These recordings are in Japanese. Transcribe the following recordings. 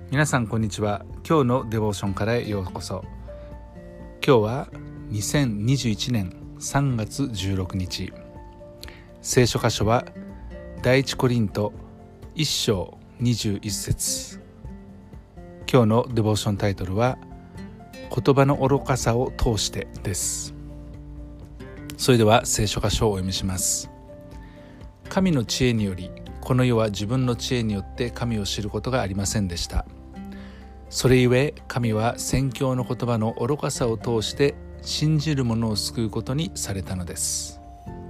皆さんこんにちは。今日のデボーションからようこそ。今日は2021年3月16日。聖書箇所は第一コリント1章21節。今日のデボーションタイトルは言葉の愚かさを通してです。それでは聖書箇所をお読みします。神の知恵によりこの世は自分の知恵によって神を知ることがありませんでした。それゆえ神は宣教の言葉の愚かさを通して信じる者を救うことにされたのです。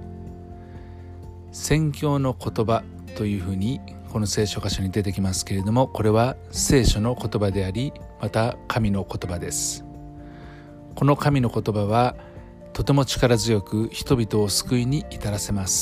宣教の言葉というふうにこの聖書箇所に出てきますけれども、これは聖書の言葉であり、また神の言葉です。この神の言葉はとても力強く人々を救いに至らせます。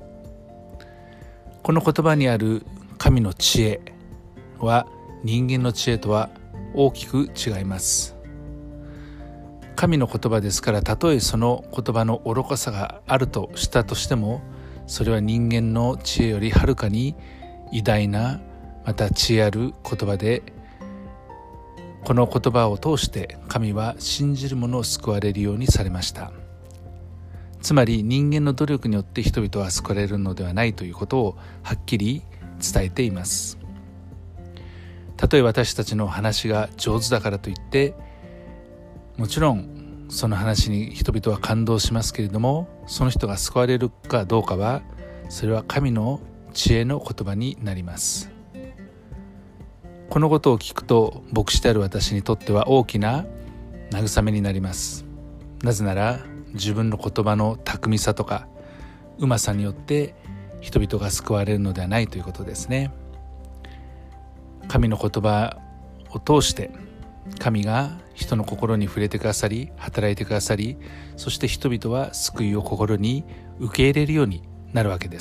この言葉にある神の知恵は人間の知恵とは大きく違います。神の言葉ですから、たとえその言葉の愚かさがあるとしたとしても、それは人間の知恵よりはるかに偉大な、また知恵ある言葉で、この言葉を通して神は信じる者を救われるようにされました。つまり人間の努力によって人々は救われるのではないということをはっきり伝えています。たとえ私たちの話が上手だからといって、もちろんその話に人々は感動しますけれども、その人が救われるかどうかは、それは神の知恵の言葉になります。このことを聞くと、牧師である私にとっては大きな慰めになります。なぜなら自分の言葉の巧みさとかうまさによって人々が救われるのではないということですね。神の言葉を通して神が人の心に触れてくださり、働いてくださり、そして人々は救いを心に受け入れるようになるわけです。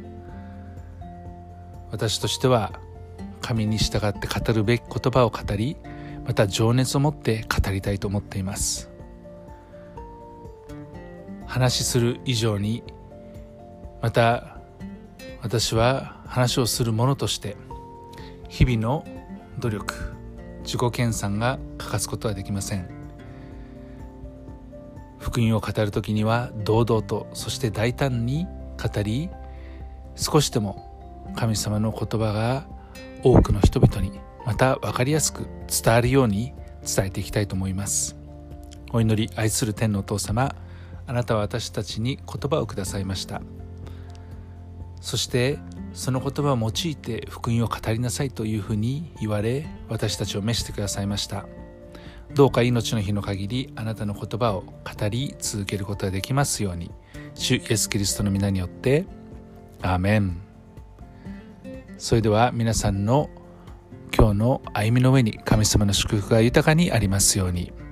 私としては神に従って語るべき言葉を語り、また情熱を持って語りたいと思っています。話しする以上に、また私は話をする者として日々の努力、自己研鑽が欠かすことはできません。福音を語るときには堂々と、そして大胆に語り、少しでも神様の言葉が多くの人々に、また分かりやすく伝わるように伝えていきたいと思います。お祈り。愛する天のお父様、あなたは私たちに言葉をくださいました。そしてその言葉を用いて福音を語りなさいというふうに言われ、私たちを召してくださいました。どうか命の日の限りあなたの言葉を語り続けることができますように、主イエスキリストの皆によってアーメン。それでは皆さんの今日の歩みの上に神様の祝福が豊かにありますように。